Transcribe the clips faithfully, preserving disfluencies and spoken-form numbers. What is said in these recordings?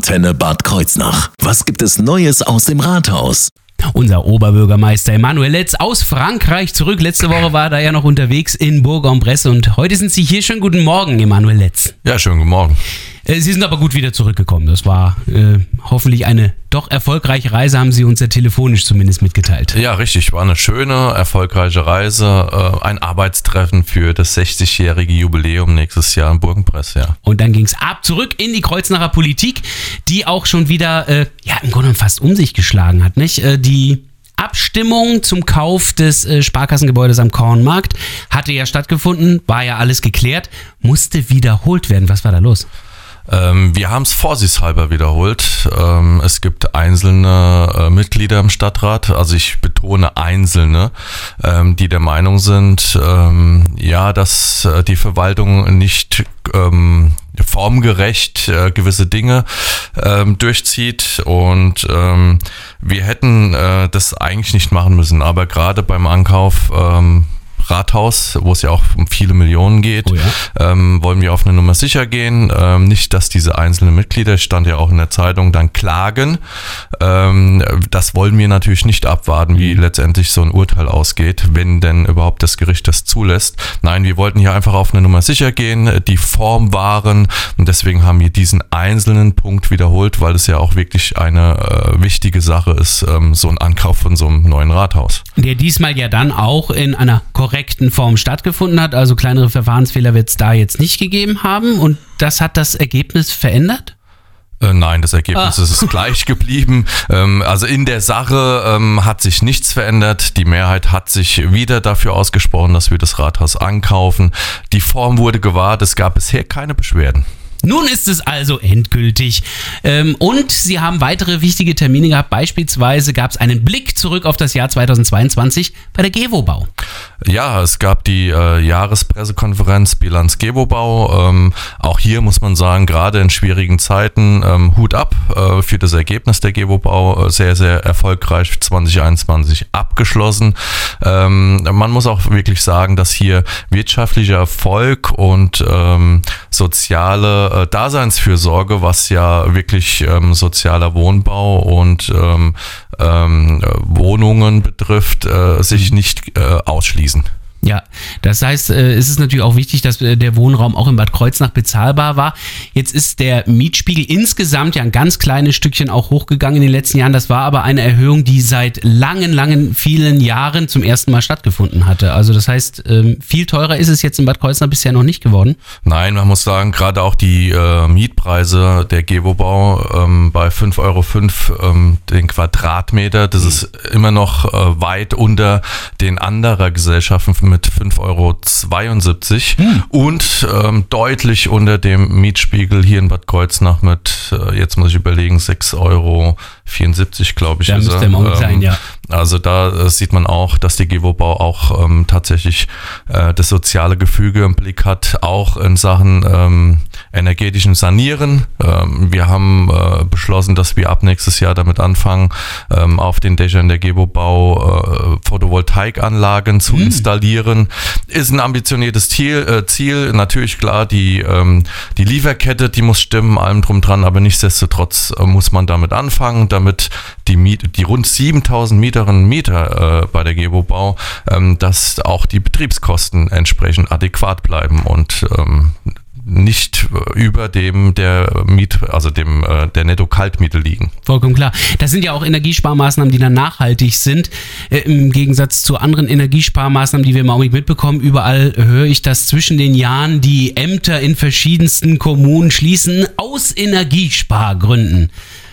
Antenne Bad Kreuznach. Was gibt es Neues aus dem Rathaus? Unser Oberbürgermeister Emanuel Letz aus Frankreich zurück. Letzte Woche war er ja noch unterwegs in Bourg-en-Bresse und heute sind Sie hier. Schönen guten Morgen, Emanuel Letz. Ja, schönen guten Morgen. Sie sind aber gut wieder zurückgekommen. Das war äh, hoffentlich eine doch erfolgreiche Reise, haben Sie uns ja telefonisch zumindest mitgeteilt. Ja, richtig. War eine schöne, erfolgreiche Reise. Äh, ein Arbeitstreffen für das sechzigjährige Jubiläum nächstes Jahr in Bourg-en-Bresse, ja. Und dann ging es ab zurück in die Kreuznacher Politik, die auch schon wieder, äh, ja, im Grunde fast um sich geschlagen hat, nicht? Äh, die Abstimmung zum Kauf des äh, Sparkassengebäudes am Kornmarkt hatte ja stattgefunden, war ja alles geklärt, musste wiederholt werden. Was war da los? Ähm, wir haben es vorsichtshalber wiederholt. Ähm, es gibt einzelne äh, Mitglieder im Stadtrat, also ich betone einzelne, ähm, die der Meinung sind, ähm, ja, dass äh, die Verwaltung nicht ähm, formgerecht äh, gewisse Dinge ähm, durchzieht und ähm, wir hätten äh, das eigentlich nicht machen müssen, aber gerade beim Ankauf ähm, Rathaus, wo es ja auch um viele Millionen geht, oh ja. ähm, wollen wir auf eine Nummer sicher gehen. Ähm, nicht, dass diese einzelnen Mitglieder, stand ja auch in der Zeitung, dann klagen. Ähm, das wollen wir natürlich nicht abwarten, wie letztendlich so ein Urteil ausgeht, wenn denn überhaupt das Gericht das zulässt. Nein, wir wollten hier einfach auf eine Nummer sicher gehen, die Form wahren und deswegen haben wir diesen einzelnen Punkt wiederholt, weil es ja auch wirklich eine äh, wichtige Sache ist, ähm, so ein Ankauf von so einem neuen Rathaus. Der diesmal ja dann auch in einer korrekten Form stattgefunden hat, also kleinere Verfahrensfehler wird es da jetzt nicht gegeben haben und das hat das Ergebnis verändert? Äh, nein, das Ergebnis ah. ist gleich geblieben. Ähm, also in der Sache ähm, hat sich nichts verändert. Die Mehrheit hat sich wieder dafür ausgesprochen, dass wir das Rathaus ankaufen. Die Form wurde gewahrt, es gab bisher keine Beschwerden. Nun ist es also endgültig. Ähm, und Sie haben weitere wichtige Termine gehabt. Beispielsweise gab es einen Blick zurück auf das Jahr zweitausendzweiundzwanzig bei der Gewobau. Ja, es gab die äh, Jahrespressekonferenz Bilanz Gewobau. Ähm, auch hier muss man sagen, gerade in schwierigen Zeiten, ähm, Hut ab äh, für das Ergebnis der Gewobau. Äh, sehr, sehr erfolgreich zwanzig einundzwanzig abgeschlossen. Ähm, man muss auch wirklich sagen, dass hier wirtschaftlicher Erfolg und ähm, soziale Daseinsfürsorge, was ja wirklich ähm, sozialer Wohnbau und ähm, ähm, Wohnungen betrifft, äh, sich nicht äh, ausschließen. Ja, das heißt, es ist natürlich auch wichtig, dass der Wohnraum auch in Bad Kreuznach bezahlbar war. Jetzt ist der Mietspiegel insgesamt ja ein ganz kleines Stückchen auch hochgegangen in den letzten Jahren. Das war aber eine Erhöhung, die seit langen, langen, vielen Jahren zum ersten Mal stattgefunden hatte. Also das heißt, viel teurer ist es jetzt in Bad Kreuznach bisher noch nicht geworden. Nein, man muss sagen, gerade auch die äh, Mietpreise der Gewobau ähm, bei fünf Euro fünf ähm, den Quadratmeter, das mhm. ist immer noch äh, weit unter den anderen Gesellschaften mit fünf Euro zweiundsiebzig hm. und ähm, deutlich unter dem Mietspiegel hier in Bad Kreuznach mit, äh, jetzt muss ich überlegen, sechs Euro vierundsiebzig, glaube ich. Da müsste der Morgen ähm, sein, ja. Also da äh, sieht man auch, dass die Gewobau auch ähm, tatsächlich äh, das soziale Gefüge im Blick hat, auch in Sachen ähm, energetischen Sanieren. Ähm, wir haben äh, beschlossen, dass wir ab nächstes Jahr damit anfangen, ähm, auf den Dächern der Gewobau äh, Photovoltaikanlagen zu hm. installieren. Ist ein ambitioniertes Ziel, äh, Ziel. Natürlich klar, die, ähm, die Lieferkette, die muss stimmen, allem drum dran, aber nichtsdestotrotz äh, muss man damit anfangen, damit die, Miet, die rund siebentausend Mieterinnen und Mieter äh, bei der Gewobau, ähm, dass auch die Betriebskosten entsprechend adäquat bleiben und ähm, nicht über dem der Miet, also dem äh, der Netto-Kaltmiete liegen. Vollkommen klar. Das sind ja auch Energiesparmaßnahmen, die dann nachhaltig sind. Äh, Im Gegensatz zu anderen Energiesparmaßnahmen, die wir im Augenblick mitbekommen. Überall höre ich, dass zwischen den Jahren die Ämter in verschiedensten Kommunen schließen aus Energiespargründen.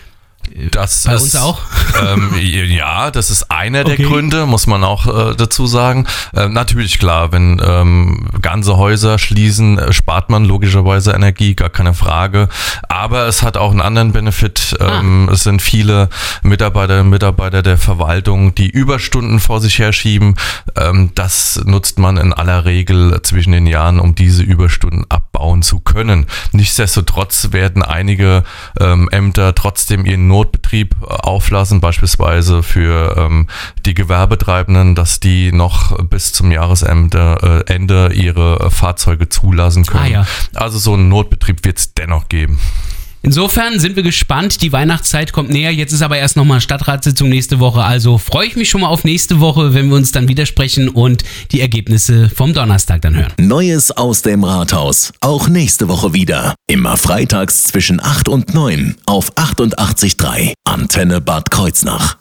Das Bei ist, uns auch? Ähm, ja, das ist einer der Okay. Gründe, muss man auch äh, dazu sagen. Äh, natürlich klar, wenn ähm, ganze Häuser schließen, äh, spart man logischerweise Energie, gar keine Frage. Aber es hat auch einen anderen Benefit. Ähm, ah. Es sind viele Mitarbeiterinnen und Mitarbeiter der Verwaltung, die Überstunden vor sich herschieben. Ähm, das nutzt man in aller Regel zwischen den Jahren, um diese Überstunden abbauen zu können. Nichtsdestotrotz werden einige ähm, Ämter trotzdem ihren Notbetrieb auflassen, beispielsweise für ähm, die Gewerbetreibenden, dass die noch bis zum Jahresende äh, Ende ihre Fahrzeuge zulassen können. Ah, ja. Also so einen Notbetrieb wird es dennoch geben. Insofern sind wir gespannt. Die Weihnachtszeit kommt näher. Jetzt ist aber erst nochmal Stadtratssitzung nächste Woche. Also freue ich mich schon mal auf nächste Woche, wenn wir uns dann wieder sprechen und die Ergebnisse vom Donnerstag dann hören. Neues aus dem Rathaus. Auch nächste Woche wieder. Immer freitags zwischen acht und neun auf achtundachtzig Komma drei. Antenne Bad Kreuznach.